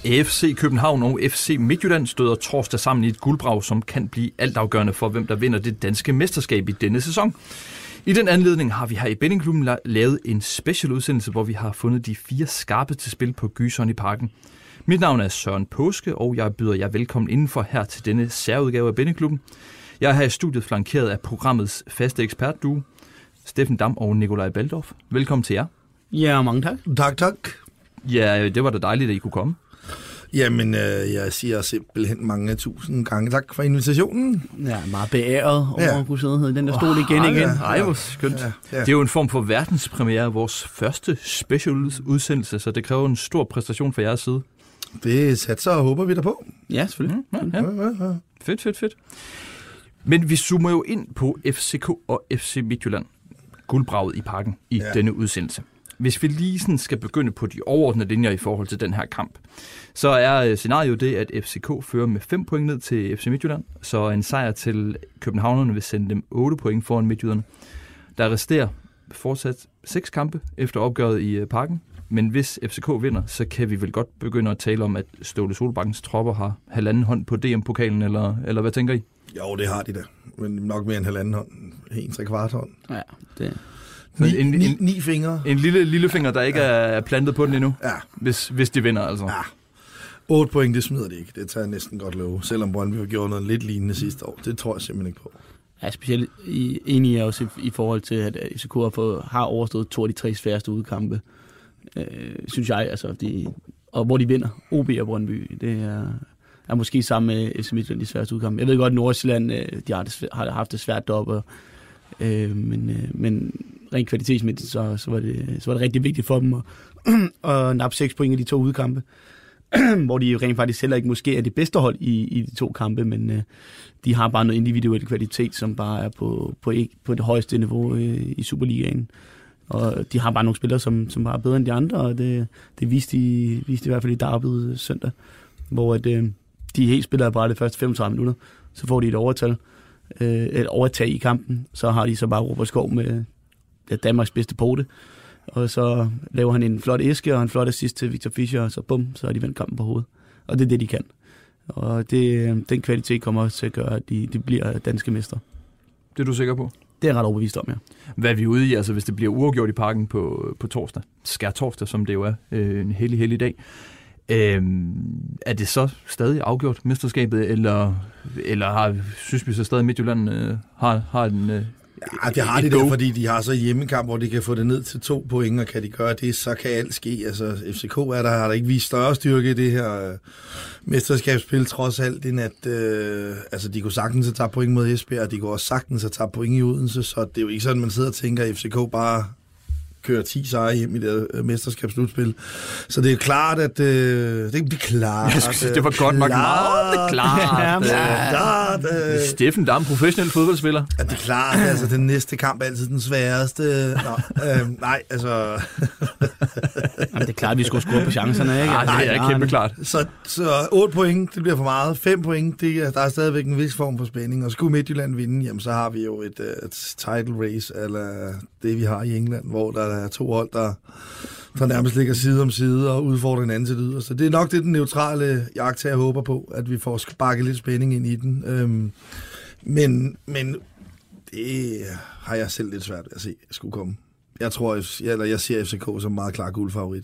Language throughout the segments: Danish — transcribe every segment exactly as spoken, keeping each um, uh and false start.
A F C København og F C Midtjylland støder torsdag sammen i et guldbrag, som kan blive altafgørende for, hvem der vinder det danske mesterskab i denne sæson. I den anledning har vi her i Bettingklubben lavet en special udsendelse, hvor vi har fundet de fire skarpe til spil på Gyseren i Parken. Mit navn er Søren Påske, og jeg byder jer velkommen indenfor her til denne særudgave af Bettingklubben. Jeg er her i studiet flankeret af programmets faste ekspertduo, Steffen Dam og Nikolaj Baldorf. Velkommen til jer. Ja, mange tak. Tak, tak. Ja, det var da dejligt, at I kunne komme. Jamen, øh, jeg siger simpelthen mange tusind gange tak for invitationen. Ja, meget beæret over Ja. at kunne sidde i den der stol igen oh, igen. Ej, ja. Hvor skønt. Ja, ja. Det er jo en form for verdenspremiere af vores første special udsendelse, så det kræver en stor præstation fra jeres side. Det satser og håber vi der på. Ja, selvfølgelig. Mm, ja, ja. Ja, ja. Fedt, fedt, fedt. Men vi zoomer jo ind på F C K og F C Midtjylland. Guldbraget i Parken i ja. denne udsendelse. Hvis vi lige sådan skal begynde på de overordnede linjer i forhold til den her kamp, så er scenariet det, at F C K fører med fem point ned til F C Midtjylland, så en sejr til københavnerne vil sende dem otte point foran Midtjylland. Der resterer fortsat seks kampe efter opgøret i Parken, men hvis F C K vinder, så kan vi vel godt begynde at tale om, at Ståle Solbakkens tropper har halvanden hånd på D M-pokalen, eller, eller hvad tænker I? Jo, det har de da, men nok mere end halvanden hånd. En tre kvart hånd. Ja, det Ni, en, ni, en, ni fingre. En lille, lille finger, der ikke ja. er plantet på den endnu, ja. hvis, hvis de vinder altså. Ja. otte point, det smider de ikke. Det tager jeg næsten godt lov. Selvom Brøndby har gjort noget lidt lignende sidste år. Det tror jeg simpelthen ikke på. Ja, specielt i, enig er også i, i forhold til, at F C K har, fået, har overstået to af de tre sværeste udkampe. Øh, synes jeg, altså. De, og hvor de vinder. O B og Brøndby. Det er, er måske sammen med F C Midtjylland de sværeste udkampe. Jeg ved godt, at Nordsjælland de har, det, har haft det svært deroppe. Øh, men, øh, men rent kvalitetsmæssigt, så, så, var det, så var det rigtig vigtigt for dem at, at nappe seks point i de to udkampe, hvor de rent faktisk heller ikke måske er det bedste hold i, i de to kampe, men øh, de har bare noget individuel kvalitet, som bare er på, på, på det højeste niveau øh, i Superligaen. Og de har bare nogle spillere, som, som er bedre end de andre, og det, det viste, de, viste de i hvert fald i derbyet søndag, hvor at, øh, de helt spiller bare de første femogtredive minutter, så får de et overtal. Et overtag i kampen, så har de så bare Robert Skov med Danmarks bedste pote, og så laver han en flot æske og en flot assist til Victor Fischer, og så bum, så har de vendt kampen på hovedet. Og det er det, de kan. Og det, den kvalitet kommer også til at gøre, at de, de bliver danske mestre. Det er du sikker på? Det er jeg ret overbevist om, ja. Hvad er vi ude i, altså hvis det bliver uafgjort i Parken på, på torsdag, skær torsdag, som det jo er, øh, en hellig, hellig dag, Øhm, er det så stadig afgjort mesterskabet, eller, eller har, synes vi så stadig Midtjylland øh, har, har en øh, Ja, det har de der, fordi de har så hjemmekamp, hvor de kan få det ned til to point, og kan de gøre det, så kan alt ske. Altså, F C K er der, har der ikke vist større styrke i det her øh, mesterskabsspil, trods alt, end at øh, altså, de kunne sagtens at tage point mod Esbjerg, og de kunne også sagtens at tage point i Odense, så det er jo ikke sådan, man sidder og tænker, at F C K bare kører ti sejre hjem i det uh, mesterskabsslutspil. Så det er klart, at... Uh, det, det er klart... At, det var godt nok meget. Det er klart. Ja, det er klart uh, Steffen Dam, professionel fodboldspiller. Ja, det er klart. Altså, den næste kamp er altid den sværeste. Nå, uh, nej, altså... Jamen, det er klart, at vi skulle score på chancerne, ikke? Nej, det er kæmpe klart. Så, så otte point, det bliver for meget. fem point, det er, der er stadigvæk en vis form for spænding. Og skulle Midtjylland vinde, jamen, så har vi jo et, et title race, eller det, vi har i England, hvor der er to hold, der, der nærmest ligger side om side og udfordrer hinanden til det. Så det er nok det, den neutrale jagttager håber på, at vi får sparket lidt spænding ind i den. Øhm, men, men det har jeg selv lidt svært ved at se, at skulle komme. Jeg tror, jeg, eller jeg ser F C K som meget klar guldfavorit.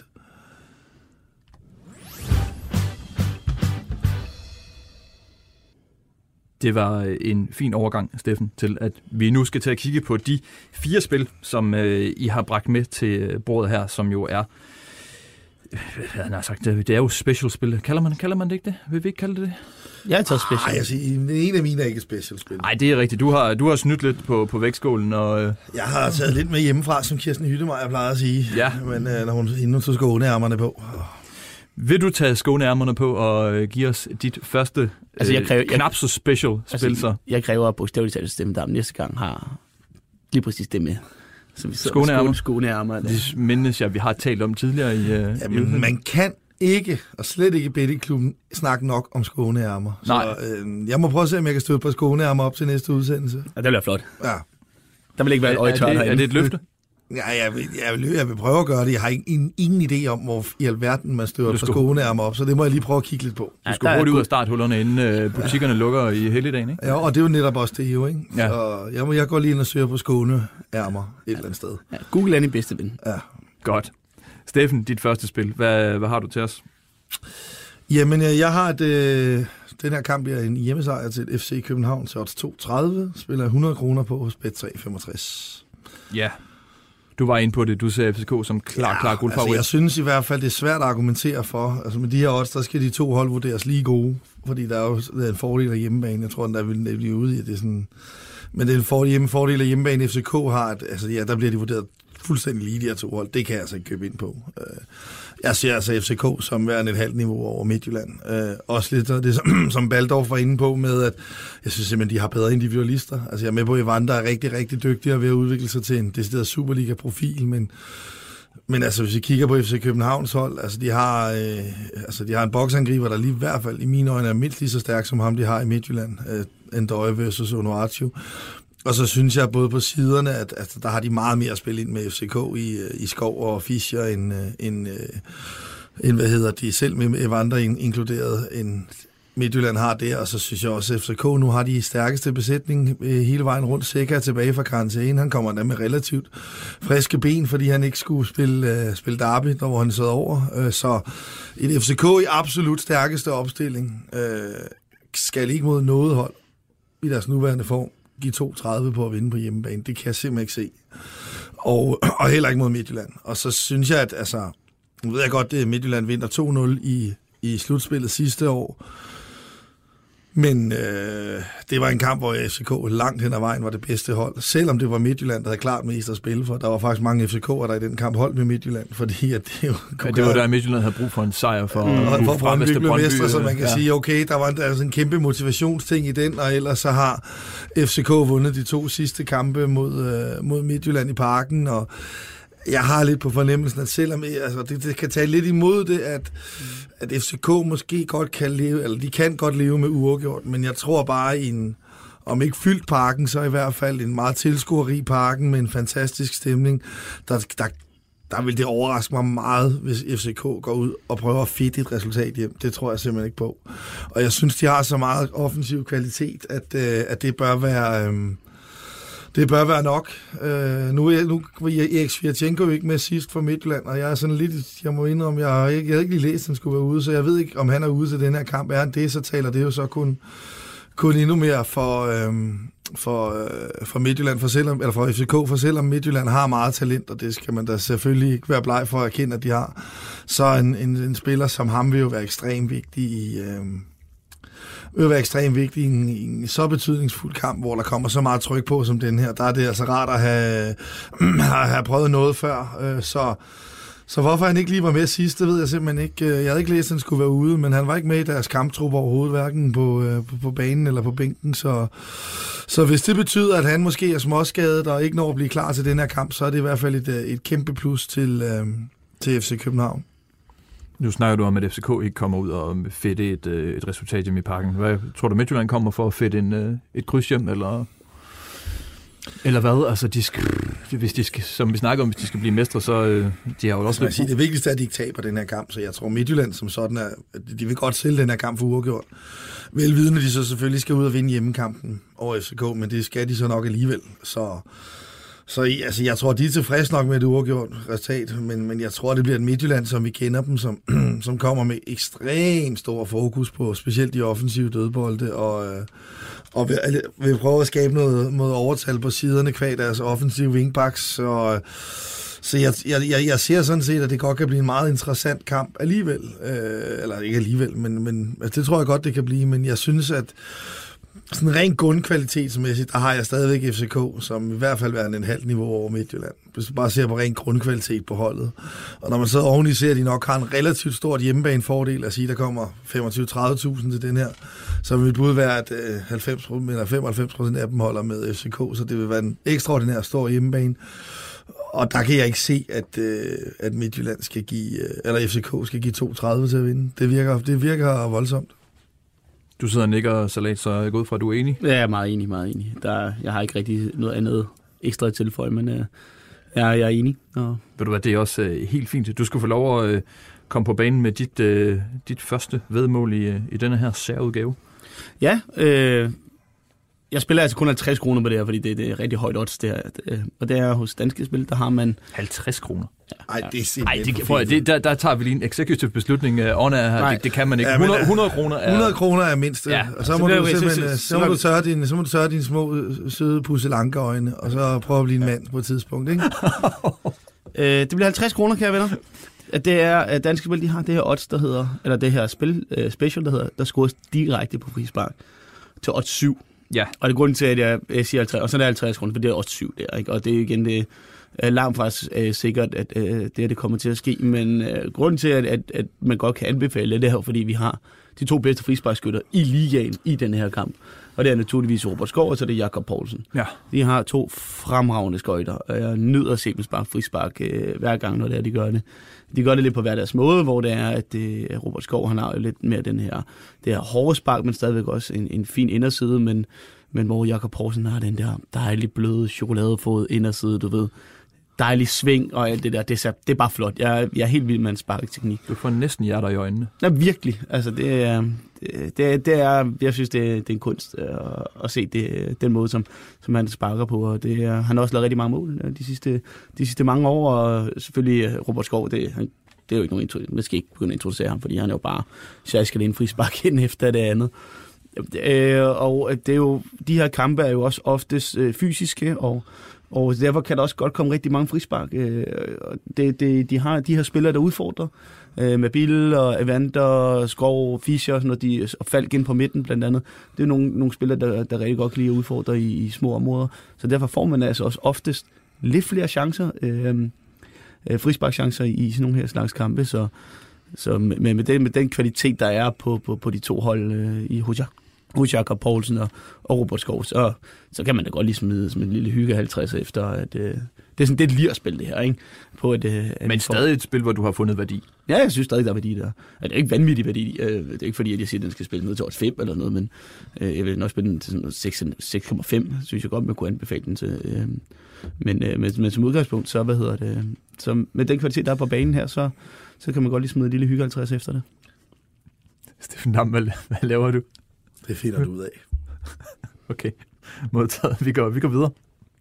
Det var en fin overgang, Steffen, til at vi nu skal til at kigge på de fire spil, som øh, I har bragt med til bordet her, som jo er, hvad har sagt, det er jo special-spil. Kalder man, kalder man det ikke det? Vil vi ikke kalde det det? Jeg har taget special. Nej, altså, en af mine er ikke special-spil. Nej, det er rigtigt. Du har, du har snydt lidt på, på vægtskålen. Og, øh... Jeg har taget lidt med hjemmefra, som Kirsten Hyttemeier plejer at sige. Ja. Men øh, når hun inden tog skåneærmerne på. Vil du tage skåneærmerne på og øh, give os dit første altså, jeg kræver, øh, knap så special spil så? Altså, jeg kræver bogstaveligt talt stemme, der næste gang har lige præcis det med. Skåneærmer. Skåneærmer. Det mindes jeg, vi har talt om tidligere i... Øh, Jamen, man kan ikke, og slet ikke i Bettingklubben, snakke nok om skåneærmer. Nej. Så øh, jeg må prøve at se, om jeg kan støtte på skåneærmer op til næste udsendelse. Ja, det bliver flot. Ja. Der vil ikke være et øjetørn herinde. Er det et løfte? Ja, jeg vil, jeg, vil, jeg vil prøve at gøre det. Jeg har ingen, ingen idé om, hvor i alverden man støver på skoenærmer op, så det må jeg lige prøve at kigge lidt på. Du skal ja, hurtigt ud af starthullerne, inden øh, butikkerne ja. lukker i helligdagen, ikke? Ja, og det er jo netop også det jo, ikke? Ja. Så jeg, må, jeg går lige ind og søger på skåneærmer et eller andet sted. Ja, Google er din bedste ven. Ja. Godt. Steffen, dit første spil. Hvad, hvad har du til os? Jamen, jeg har et... Øh, den her kamp bliver en hjemmesejr til F C København til odds to tredive. Spiller hundrede kroner på hos Bet tre femogtres. Ja. Du var inde på det. Du ser F C K som klar, ja, klar guldfavorit. Altså, jeg synes i hvert fald, det er svært at argumentere for. Altså, med de her odds, der skal de to hold vurderes lige gode. Fordi der er jo en fordel af hjemmebane. Jeg tror, der vil blive ude i det. Er sådan... Men det er en fordel, fordel af hjemmebane. F C K har... Et, altså, ja, der bliver de vurderet fuldstændig lige, de her to hold. Det kan jeg altså ikke købe ind på. Jeg ser altså F C K som værende et halvt niveau over Midtjylland. Også lidt det, som, som Baldorf var inde på med, at jeg synes simpelthen, de har bedre individualister. Altså, jeg er med på, at Evander er rigtig, rigtig dygtig ved at udvikle sig til en decideret Superliga-profil, men Men altså, hvis vi kigger på F C Københavns hold, altså de har, øh, altså, de har en boksangriber, der lige i hvert fald i mine øjne er mindst lige så stærk som ham, de har i Midtjylland. Øh, Ndøje versus Onuachu. Og så synes jeg både på siderne, at, at der har de meget mere at spille ind med F C K i, i Skov og Fischer, end, end, end hvad hedder de selv med Evander inkluderet, end Midtjylland har der. Og så synes jeg også, at F C K nu har de stærkeste besætning hele vejen rundt. Sikker tilbage fra karantæne. Han kommer der med relativt friske ben, fordi han ikke skulle spille, uh, spille derby, der hvor han sad over. Uh, så et F C K i absolut stærkeste opstilling uh, skal ikke mod noget hold i deres nuværende form give to tredive på at vinde på hjemmebane. Det kan jeg simpelthen ikke se. Og, og heller ikke mod Midtjylland. Og så synes jeg, at altså, nu ved jeg godt, at Midtjylland vinder to nul i, i slutspillet sidste år. Men øh, det var en kamp, hvor F C K langt hen ad vejen var det bedste hold. Selvom det var Midtjylland, der havde klart mest at spille for. Der var faktisk mange F C K'er, der i den kamp holdt med Midtjylland, fordi at det jo... Ja, det var der, Midtjylland havde brug for en sejr for, mm, for, for Brøndby blev mestre, så man kan ja. sige, okay, der var en, altså en kæmpe motivationsting i den, og ellers så har F C K vundet de to sidste kampe mod, øh, mod Midtjylland i Parken, og jeg har lidt på fornemmelsen, at selvom altså, det, det kan tage lidt imod det, at, at F C K måske godt kan leve, eller de kan godt leve med uafgjort, men jeg tror bare i en, om ikke fyldt Parken, så i hvert fald en meget tilskuerrig Parken med en fantastisk stemning, der, der, der vil det overraske mig meget, hvis F C K går ud og prøver at fedte et resultat hjem. Det tror jeg simpelthen ikke på. Og jeg synes, de har så meget offensiv kvalitet, at, at det bør være... Øhm, Det bør være nok. Uh, nu er nu var Erik Svirchenko ikke med sidst for Midtjylland, og jeg er sådan lidt, jeg må indrømme, jeg har ikke, jeg havde ikke lige læst, at han skulle være ude, så jeg ved ikke, om han er ude til den her kamp. Er han det, så taler det jo så kun, kun endnu mere for, øhm, for, øh, for Midtjylland, for selvom, eller for F C K, for selvom Midtjylland har meget talent, og det skal man da selvfølgelig ikke være bleg for at erkende, at de har. Så en, en, en spiller som ham vil jo være ekstremt vigtig i... Øhm, vil være ekstremt vigtig i en, i en så betydningsfuld kamp, hvor der kommer så meget tryk på som den her. Der er det altså rart at have, have prøvet noget før. Så, så hvorfor han ikke lige var med sidst, det ved jeg simpelthen ikke. Jeg havde ikke læst, at han skulle være ude, men han var ikke med i deres kamptrup overhovedet, hverken på, på, på banen eller på bænken. Så, så hvis det betyder, at han måske er småskadet og ikke når at blive klar til den her kamp, så er det i hvert fald et, et kæmpe plus til, til F C København. Nu snakker du om, at F C K ikke kommer ud og fedte et, et resultat hjem i Parken. Hvad tror du, Midtjylland kommer for at fedte en, et kryds hjem, eller, eller hvad? Altså, de skal, hvis de skal, som vi snakker om, hvis de skal blive mestre, så de har jo også... Sige, det vigtigste er, at de ikke taber den her kamp, så jeg tror, Midtjylland som sådan er... De vil godt sælge den her kamp for uafgjort. Velvidende, de så selvfølgelig skal ud og vinde hjemmekampen over F C K, men det skal de så nok alligevel, så... Så altså, jeg tror, de er tilfredse nok med et uafgjort resultat, men, men jeg tror, det bliver et Midtjylland, som vi kender dem, som, som kommer med ekstremt stor fokus på specielt de offensive dødbolde, og, og vil, vil prøve at skabe noget mod overtal på siderne kvad deres offensive wingbacks. Og, så jeg, jeg, jeg ser sådan set, at det godt kan blive en meget interessant kamp alligevel. Øh, eller ikke alligevel, men, men altså, det tror jeg godt, det kan blive. Men jeg synes, at sådan rent grundkvalitetsmæssigt, der har jeg stadigvæk F C K, som i hvert fald er en halv niveau over Midtjylland. Hvis du bare ser på rent grundkvalitet på holdet. Og når man så oveni ser, at de nok har en relativt stort hjemmebanefordel, at sige, der kommer femogtyve til tredive tusind til den her, så vil det burde være, at halvfems eller femoghalvfems procent af dem holder med F C K, så det vil være en ekstraordinær stor hjemmebane. Og der kan jeg ikke se, at, at Midtjylland skal give, eller F C K skal give to tredive til at vinde. Det virker, det virker voldsomt. Du sidder og nikker, Salat, så jeg går ud fra, at du er enig? Ja, jeg er meget enig, meget enig. Der, jeg har ikke rigtig noget andet ekstra at tilføje, men øh, Ja, jeg er enig. Og... Ved du hvad, det er også øh, helt fint. Du skulle få lov at øh, komme på banen med dit, øh, dit første vedmål i, i denne her særudgave. Ja, øh, jeg spiller altså kun halvtreds kroner på det her, fordi det, det er rigtig højt odds, det her. Og det er hos Danske Spil, der har man... halvtreds kroner? Ej, det er simpelthen Ej, det, prøv, det, der, der tager vi lige en executive beslutning uh, on her. Nej. Det, det kan man ikke. Ja, men, hundrede, hundrede kroner er... hundrede kroner er mindst. Ja. Og så, så Så må bliver du vi- så- simpelthen, så- så, må så- du tørre dine, så må du tørre dine små, øh, søde pusselankeøjne, og så prøve at blive en mand på et tidspunkt, ikke? Øh, det bliver halvtreds kroner, kære venner. At det er, at Danske Spil, de har det her odds, der hedder, eller det her spil, uh, special, der hedder, der scores direkte på frispark til odds syv. Ja. Og det er grunden til, at jeg, jeg siger halvtreds, og så er det halvtreds kroner, for det er odds syv der, ikke? Og det er igen, det er langt fra uh, sikkert, at uh, det her det kommer til at ske, men uh, grunden til, at, at, at man godt kan anbefale det, det er fordi vi har de to bedste frisparkskytter i ligaen i denne her kamp. Og det er naturligvis Robert Skov, og så er det Jakob Poulsen. Ja. De har to fremragende skøjter, og jeg nyder at se dem sparke frispark øh, hver gang, når det er, de gør det. De gør det lidt på hver deres måde, hvor det er, at det, Robert Skov, han har jo lidt mere den her, det her hårde spark, men stadigvæk også en, en fin inderside, men, men hvor Jakob Poulsen har den der dejlige bløde chokoladefod inderside, du ved. Dejlig sving og alt det der, det er, det er bare flot. Jeg, jeg er helt vild med en sparketeknik. Du får næsten hjerter i øjnene. Ja, virkelig. Altså, det er, det, det, det er, jeg synes, det er, det er en kunst at, at se det, den måde, som, som han sparker på. Og det er, han har også lavet rigtig mange mål de sidste, de sidste mange år, og selvfølgelig Robert Skov, det, han, det er jo ikke nogen intro, man skal ikke begynde at introducere ham, fordi han er jo bare særskilt en frispark ind efter det andet. Øh, og det er jo, de her kampe er jo også oftest øh, fysiske, og Og derfor kan der også godt komme rigtig mange frispark. Det, det, de har de her spillere, der udfordrer. Med Bill og Evander, Skov, Fischer når de, og Falk ind på midten blandt andet. Det er nogle, nogle spillere, der, der rigtig godt kan lide at udfordre i, i små områder. Så derfor får man altså også oftest lidt flere chancer, øh, frisparkchancer i sådan nogle her slags kampe. Så, så med, med, den, med den kvalitet, der er på, på, på de to hold øh, i Hoja. hos Jakob Poulsen og, og Robert Skov, så, så kan man da godt lige smide som en lille hygge halvtreds efter, at øh, det er sådan det er et lirspil det her, ikke? På et, øh, Men stadig et spil, hvor du har fundet værdi. Ja, jeg synes stadig, der er værdi der. Det er ikke vanvittig værdi. Øh, det er ikke fordi, at jeg siger, at den skal spille ned til odds fem eller noget, men øh, jeg vil nok spille den til sådan seks komma fem, synes jeg godt, man kunne anbefale den til. Øh, men, øh, men, men som udgangspunkt, så hvad hedder det? Så med den kvalitet, der er på banen her, så, så kan man godt lige smide en lille hygge halvtreds efter det. Steffen Dam, hvad, hvad laver du? Det finder du ud af. Okay, modtaget. Vi går, vi går videre.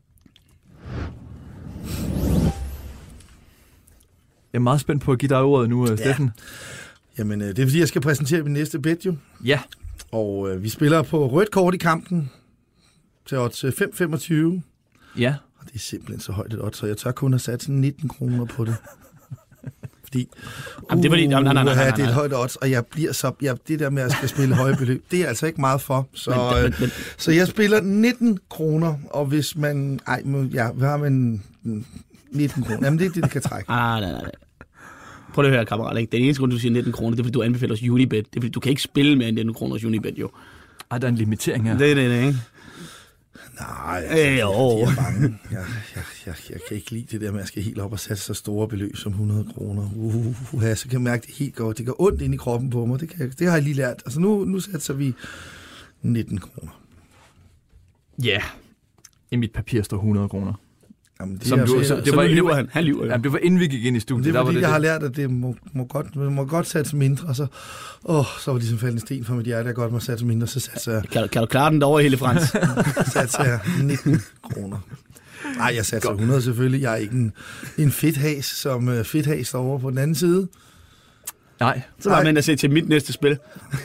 Jeg er meget spændt på at give dig ordet nu, ja. Steffen. Jamen, det er fordi, jeg skal præsentere min næste bet, jo. Ja. Og øh, vi spiller på rødt kort i kampen til odds fem komma femogtyve. Ja. Og det er simpelthen så højt et odds, så jeg tør kun have sat nitten kroner på det. Fordi, Jamen, det er fordi, nej, nej, nej, nej, nej. det er et højt odds, og jeg bliver så, jeg, det der med at skal spille høje beløb, det er altså ikke meget for. Så, Men, men, men, så jeg spiller nitten kroner, og hvis man, ej, ja, hvad har man nitten kroner? Jamen, det er det, det kan trække. Ah, nej, nej, nej. Prøv at høre, kammerat. Ikke? Den eneste grund, du siger nitten kroner, det er, fordi du anbefaler os Unibet. Det er, fordi du kan ikke spille med nitten kroner hos Unibet, jo. Ej, der er en limitering her. Det er det, ikke? Nej, altså, Øh, jo. jeg er bange. Jeg, jeg, jeg, jeg kan ikke lide det der med, at jeg skal helt op og sætte så store beløb som hundrede kroner. Uh, uh, uh, så kan jeg mærke, det helt godt. Det går ondt ind i kroppen på mig. Det, kan, det har jeg lige lært. Altså nu, nu sætter vi nitten kroner. Ja. Yeah. I mit papir står hundrede kroner. Jamen, det Som er, du, så, så, Det det var, var, så det lyver var, han. Han lyver jo. jamen, det var inden vi gik ind i studiet. det er der var fordi, det, jeg det. har lært, at det må, må, godt, må godt sætte mindre. Og så, åh, så var det ligesom faldet en sten for mit hjerte, jeg godt må sætte mindre. Så satte jeg, Kan, kan du klare den derovre, Helle Frans? satte jeg nitten kroner. Nej, jeg satte hundrede selvfølgelig. Jeg er ikke en, en fedthas, som uh, fedthas derovre på den anden side. Nej. Så var man at se til mit næste spil.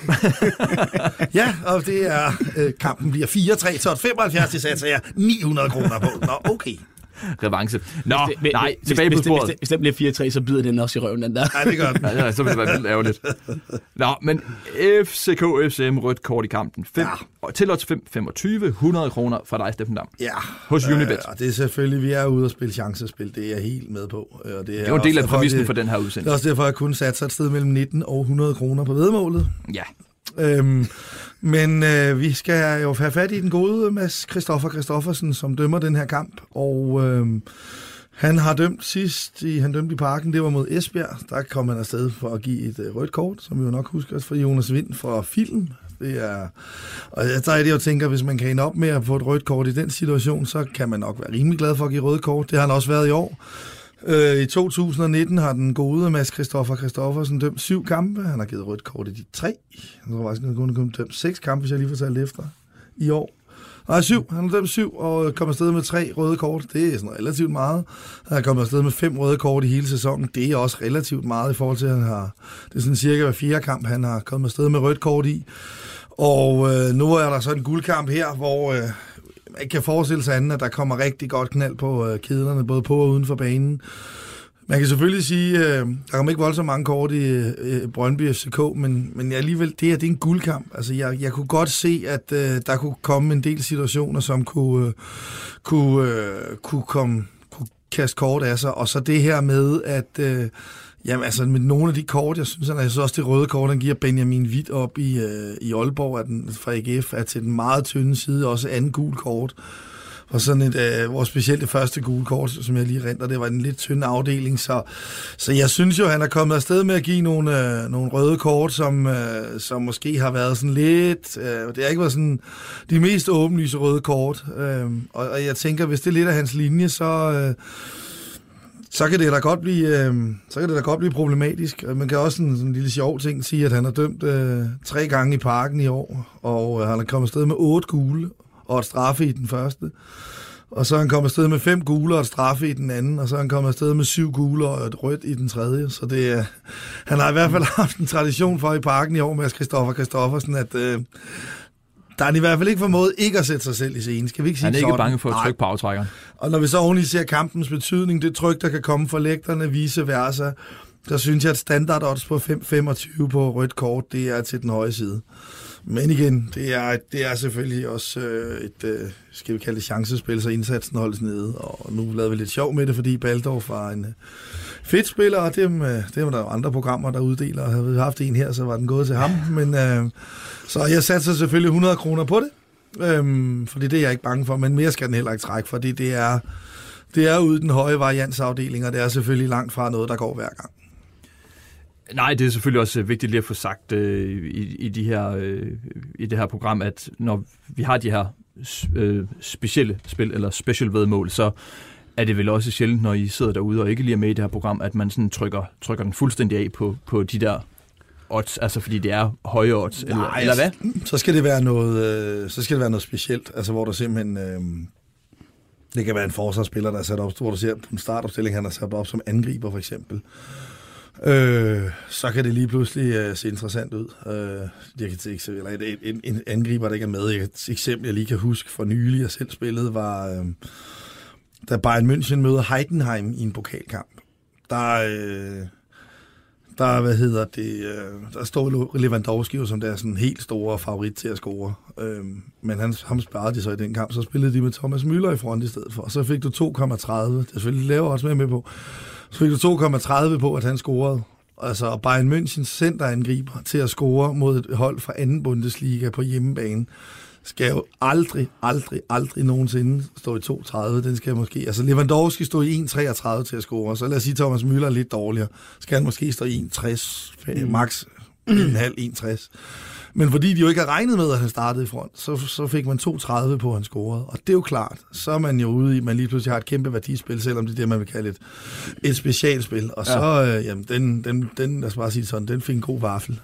Ja, og det er, øh, kampen bliver fire tre til femoghalvfjerds, det satte jeg ni hundrede kroner på. Nå, okay. Revanche. Nå, Hvis det- nej, hvis- tilbage hvis, på sporet. Hvis, hvis, hvis den bliver fire tre, så bider den også i røven, den der. Nej, det gør den. Ja, ja, så vil det være vildt ærgerligt. Nå, men F C K F C M rødt kort i kampen. fem, Ja. Til odds fem komma femogtyve, hundrede kroner fra dig, Steffen Dam. Ja. Hos Unibet. Øh, og det er selvfølgelig, vi er ude og spille chancespil, det er jeg helt med på. Og det er, Det er jo en del også af derfor, præmissen det- for den her Det er udsendelse. også derfor, jeg kun satte sig et sted mellem nitten og hundrede kroner på vedmålet. Ja. Øhm, men øh, vi skal jo have fat i den gode Mads Christoffer Christoffersen, som dømmer den her kamp. Og øhm, han har dømt sidst, i, han dømte i Parken, det var mod Esbjerg. Der kom han afsted for at give et øh, rødt kort, som vi jo nok husker for Jonas Vind fra Film. Det er, og der er det, jeg tænker, hvis man kan ende op med at få et rødt kort i den situation, så kan man nok være rimelig glad for at give rødt kort. Det har han også været i år. Øh, I to tusind nitten har den gode Mads Christoffer Christoffersen dømt syv kampe. Han har givet rødt kort i de tre. Han har faktisk kun dømt seks kampe, hvis jeg lige får talt efter i år. Nej, syv. Han har dømt syv og kommer afsted med tre røde kort. Det er sådan relativt meget. Han har kommet afsted med fem røde kort i hele sæsonen. Det er også relativt meget i forhold til, at han har... Det er sådan cirka hver fjerde kamp, han har kommet afsted med rødt kort i. Og øh, nu er der så en guldkamp her, hvor øh, man ikke kan forestille sig andet, at der kommer rigtig godt knald på øh, kæderne, både på og uden for banen. Man kan selvfølgelig sige, øh, der kommer ikke voldsomt mange kort i øh, Brøndby F C K, men, men alligevel, det her det er en guldkamp. Altså, jeg, jeg kunne godt se, at øh, der kunne komme en del situationer, som kunne, øh, kunne, øh, kunne, komme, kunne kaste kort af sig. Og så det her med, at øh, jamen, altså, med nogle af de kort, jeg synes, at jeg synes også, det røde kort, den giver Benjamin Hvidt op i, øh, i Aalborg, at den fra A G F er til den meget tynde side, også anden gul kort. Og sådan et, øh, hvor specielt det første gule kort, som jeg lige renter, det var en lidt tynd afdeling, så, så jeg synes jo, han er kommet afsted med at give nogle, øh, nogle røde kort, som, øh, som måske har været sådan lidt, øh, det har ikke været sådan de mest åbenlyse røde kort, øh, og, og jeg tænker, hvis det er lidt af hans linje, så... Øh, så kan det da godt blive, øh, så kan det da godt blive problematisk. Man kan også sådan, sådan en lille sjov ting sige, at han har dømt øh, tre gange i Parken i år, og øh, han er kommet afsted med otte gule og et straffe i den første. Og så er han kommet afsted med fem gule og et straffe i den anden, og så er han kommet afsted med syv gule og et rødt i den tredje. Så det er, han har i hvert fald haft en tradition for i Parken i år med Christoffer Christoffersen, at øh, der er i hvert fald ikke formået ikke at sætte sig selv i scenen. Skal vi ikke sige han er ikke sådan? bange for at trykke på aftrækkeren. Og når vi så ordentligt ser kampens betydning, det tryk, der kan komme fra lægterne, vice versa, så synes jeg, at standard odds på fem komma femogtyve på rødt kort, det er til den høje side. Men igen, det er, det er selvfølgelig også øh, et, øh, skal vi kalde det chancespil, så indsatsen holdes nede. Og nu lavede vi lidt sjov med det, fordi Baldorf var en øh, fedt spiller, og det, øh, det var der jo andre programmer, der uddeler. Og havde vi haft en her, så var den gået til ham. Men, øh, så jeg satte selvfølgelig hundrede kroner på det, øh, fordi det er jeg ikke bange for, men mere skal den heller ikke trække, fordi det er, det er ude i den høje variansafdeling, og det er selvfølgelig langt fra noget, der går hver gang. Nej, det er selvfølgelig også vigtigt lige at få sagt øh, i, i, de her, øh, i det her program, at når vi har de her øh, specielle spil, eller special vedmål, så er det vel også sjældent, når I sidder derude og ikke lige er med i det her program, at man sådan trykker, trykker den fuldstændig af på, på de der odds, altså fordi det er høje odds, eller, Nej, eller hvad? Så skal det være noget, øh, så skal det være noget specielt, altså hvor der simpelthen... Øh, det kan være en forsvarsspiller, der er sat op, hvor du ser på en startopstilling, han er sat op som angriber for eksempel. Øh, så kan det lige pludselig uh, se interessant ud. Øh, jeg kan ikke eller en, en, en angriber, der ikke er med. Et eksempel, jeg lige kan huske for nylig, jeg selv spillede, var øh, da Bayern München møder Heidenheim i en pokalkamp. Der, øh, der hvad hedder det, øh, der står Lewandowski som der er sådan en helt store favorit til at score. Øh, men han, ham sparede de så i den kamp, så spillede de med Thomas Müller i front i stedet for. Og så fik du to komma tredive. Det er selvfølgelig lavere også med, med på. Så fik du to komma tredive på, at han scorede. Altså Bayern Münchens centerangriber til at score mod et hold fra anden Bundesliga på hjemmebane, skal jo aldrig, aldrig, aldrig nogensinde stå i to komma tredive. Den skal måske... Altså Lewandowski stod i en komma treogtredive til at score, så lad os sige, Thomas Müller er lidt dårligere. Skal han måske stå i en komma tres, mm. max en komma fem, en komma tres. Men fordi de jo ikke har regnet med, at han startede i front, så, så fik man to komma tredive på, at han scorede. Og det er jo klart, så er man jo ude i, man lige pludselig har et kæmpe værdispil, selvom det er det, man vil kalde et, et specialspil. Og så, ja. øh, jamen, den, den, den, lad os bare sige sådan, den fik en god vaffel.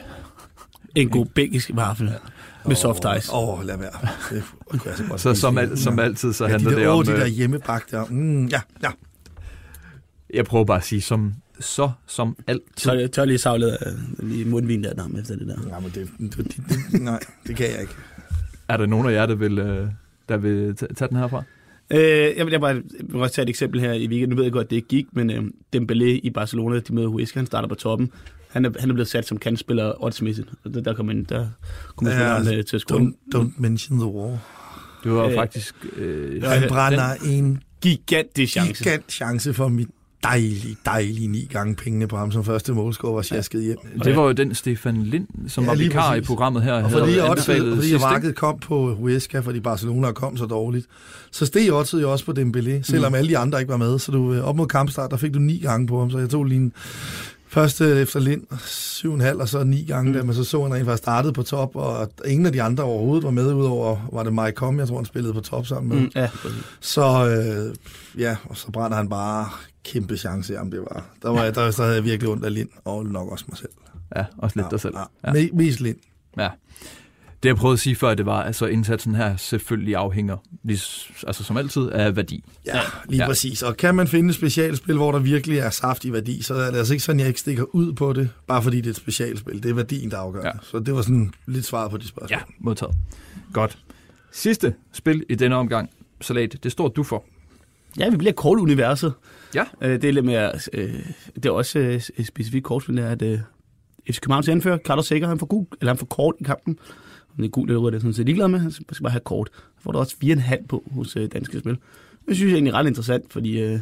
En god belgisk vaffel. Med soft ice. Åh, oh, lad være. Det, okay, så så som, al, som altid, så ja, handler de der, det om... de der hjemmebagte. Mm, ja, ja. Jeg prøver bare at sige, som, så som altid. Tør, tør lige savlet lige mundvin der, der efter det der. Ja, men det, det, det, det, nej, det kan jeg ikke. Er der nogen af jer, der vil, der vil tage den herfra? Øh, jeg vil bare, jeg vil også tage et eksempel her i weekenden. Nu ved jeg godt, at det ikke gik, men øh, Dembélé i Barcelona, de møder Huesca, han starter på toppen. Han er, han er blevet sat som kantspiller oddsmæssigt. Der, der kommer man, der kommer man ja, til at score. Don't, don't mention the war. Det var øh, faktisk... Øh, han brænder en gigantisk chance. Gigant chance for mit dejlige, dejlige ni gange pengene på ham som første målscorer var sjasket hjem. Det var jo den Stefan Lind, som ja, var vikar i programmet her. Og fordi oddset, markedet kom på Huesca, fordi Barcelona kom så dårligt, så steg oddset jo også på Dembélé, selvom mm. alle de andre ikke var med. Så du op mod kampstart, der fik du ni gange på ham, så jeg tog lige en Først efter Lind, syv komma fem og så ni gange, mm. da man så så, han rent faktisk startede på top, og ingen af de andre overhovedet var med, udover, var det Mike Kom, jeg tror, han spillede på top sammen med. Mm, ja. Så øh, ja, og så brænder han bare kæmpe chance, jamen det var. Der var, der, der havde jeg virkelig ondt af Lind, og nok også mig selv. Ja, også lidt ja, dig selv. Ja. Ja. Mest Lind. Ja. Det jeg prøvede at sige før, det var, altså indsatsen her selvfølgelig afhænger, altså som altid, af værdi. Ja, lige ja. præcis. Og kan man finde et specialspil, hvor der virkelig er saftig værdi, så er det altså ikke sådan, jeg ikke stikker ud på det, bare fordi det er et specialspil. Det er værdien, der afgør. Ja. Så det var sådan lidt svaret på de spørgsmål. Ja, modtaget. Godt. Sidste spil i denne omgang, Salat, det står du for. Ja, vi bliver kort-universet. Ja. Det er lidt mere, det er også et specifikt kortspil, at F C Københavns anfører, Carlos Sækker, han får gul, eller han får kort i kampen. Det er gul, det er sådan set ligeglad med. Han skal bare have kort. Så får der også fire komma fem på hos øh, Danske Spil. Det synes jeg egentlig er ret interessant, fordi øh,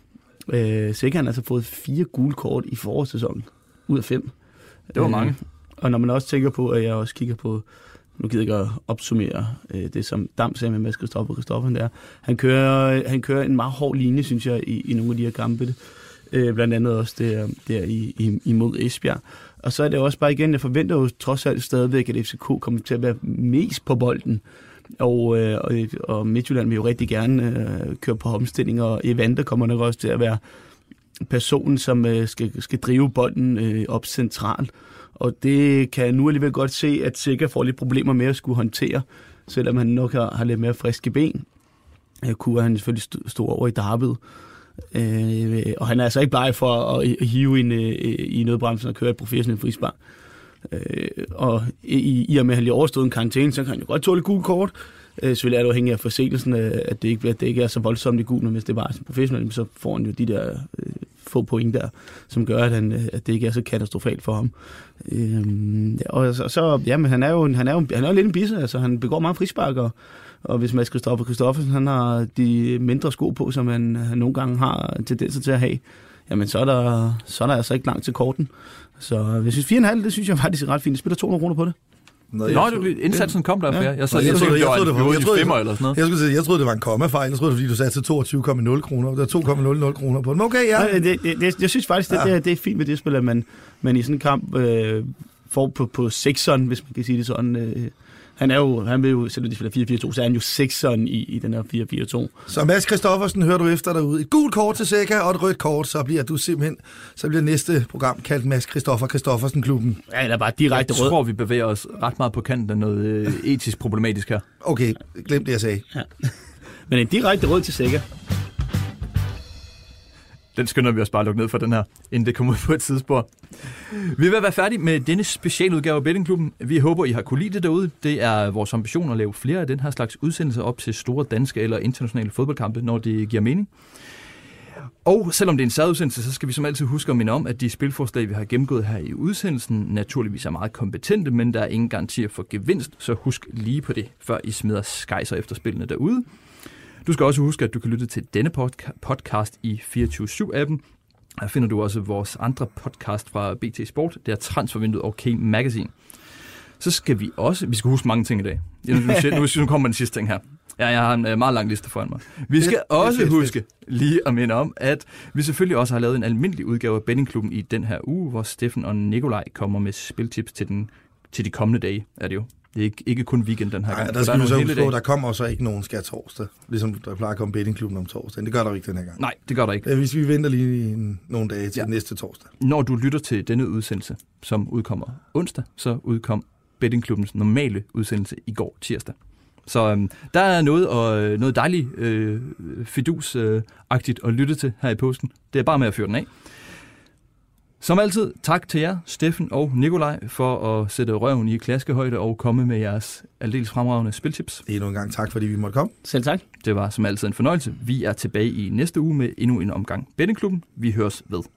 øh, Sækker har altså fået fire gule kort i forårssæsonen ud af fem. Det var øh, mange. Og når man også tænker på, at jeg også kigger på, nu gider jeg ikke at opsummere øh, det, som Dam sagde med Mads Christoffer Christoffer, der. Han kører, han kører en meget hård linje, synes jeg, i, i nogle af de her kampe. Øh, blandt andet også der, der i, i, imod Esbjerg. Og så er det også bare igen, jeg forventer jo trods alt stadigvæk, at F C K kommer til at være mest på bolden. Og, øh, og, og Midtjylland vil jo rigtig gerne øh, køre på omstilling, og Evander kommer nok også til at være personen, som øh, skal, skal drive bolden øh, op centralt. Og det kan jeg nu alligevel godt se, at Sækker får lidt problemer med at skulle håndtere, selvom han nok har, har lidt mere friske ben. Øh, kunne han selvfølgelig stå, stå over i derbyet. Øh, og han er altså ikke bleg for at, at hive ind øh, i nødbremsen og køre et professionelt frispark. Øh, og i, i og med, at han lige overstået en karantæne, så kan han jo godt tåle gul kort. Øh, selvfølgelig er det afhængigt af forseelsen, at det ikke, at det ikke er så voldsomt i gul, men hvis det bare er professionelt, så får han jo de der øh, få point der, som gør, at, han, at det ikke er så katastrofalt for ham. Øh, og så, så ja, men han er jo, han er jo, han er jo lidt en bisse, altså han begår meget frispark, og Og hvis Mads Christoffer Christoffersen han har de mindre sko på, som han, han nogle gange har tendenser til at have, jamen så er der, så er der altså ikke langt til korten. Så jeg synes fire komma fem, det synes jeg faktisk er ret fint. Jeg spiller to hundrede kroner på det. Nå, Nå du, indsatsen kom der, ja. Jeg, så, jeg, jeg, troede, jeg, troede, det var, jeg, troede, femmer eller sådan noget. Jeg, skulle sige, jeg troede, det var en kommafejl. Jeg troede, det var, fordi du satte til toogtyve komma nul kroner. Der er to komma nul nul kroner på den. Okay, ja. ja det, det, det, jeg synes faktisk, det, ja. det, det er fint med det spil, at man, man i sådan en kamp øh, får på, på sekseren, hvis man kan sige det sådan. Øh, Han er jo, han vil jo, selvom de spiller fire fire to, så er han jo sekseren i, i den her fire fire to. Så Mads Christoffersen, hører du efter derude. Et gult kort til Sækker og et rødt kort, så bliver du simpelthen, så bliver næste program kaldt Mads Christoffer Christoffersen-klubben. Ja, eller bare direkte rød. Jeg tror, vi bevæger os ret meget på kanten af noget øh, etisk problematisk her. Okay, glem det, jeg sagde. Ja. Men en direkte rød til Sækker. Den skynder vi os bare lukke ned for den her, inden det kommer ud på et sidespor. Vi vil være færdige med denne specialudgave af Bettingklubben. Vi håber, I har kunne lide det derude. Det er vores ambition at lave flere af den her slags udsendelser op til store danske eller internationale fodboldkampe, når det giver mening. Og selvom det er en særudsendelse, så skal vi som altid huske at minde om, at de spilforslag, vi har gennemgået her i udsendelsen, naturligvis er meget kompetente, men der er ingen garantier for gevinst, så husk lige på det, før I smider skejser efter spillene derude. Du skal også huske, at du kan lytte til denne podcast i fireogtyve syv appen. Her finder du også vores andre podcast fra B T Sport. Det er Transfervinduet og K Magazine. Så skal vi også... Vi skal huske mange ting i dag. Nu, nu, nu kommer den sidste ting her. Ja, jeg har en meget lang liste foran mig. Vi skal også huske lige at minde om, at vi selvfølgelig også har lavet en almindelig udgave af Bettingklubben i den her uge, hvor Steffen og Nikolaj kommer med spiltips til, den, til de kommende dage, er det jo. Det er ikke, ikke kun weekend den her gang. Nej, der skal du så huske på, der kommer så ikke nogen skær torsdag, ligesom der plejer at komme Bettingklubben om torsdag. Det gør der ikke den her gang. Nej, det gør der ikke. Hvis vi venter lige en, nogle dage til ja. næste torsdag. Når du lytter til denne udsendelse, som udkommer onsdag, så udkom Bettingklubbens normale udsendelse i går tirsdag. Så øhm, der er noget, og, noget dejligt øh, fidus-agtigt at lytte til her i posten. Det er bare med at fyre den af. Som altid, tak til jer, Steffen og Nikolaj, for at sætte røven i klaskehøjde og komme med jeres aldeles fremragende spiltips. Endnu en gang tak, fordi vi måtte komme. Selv tak. Det var som altid en fornøjelse. Vi er tilbage i næste uge med endnu en omgang Bettingklubben. Vi høres ved.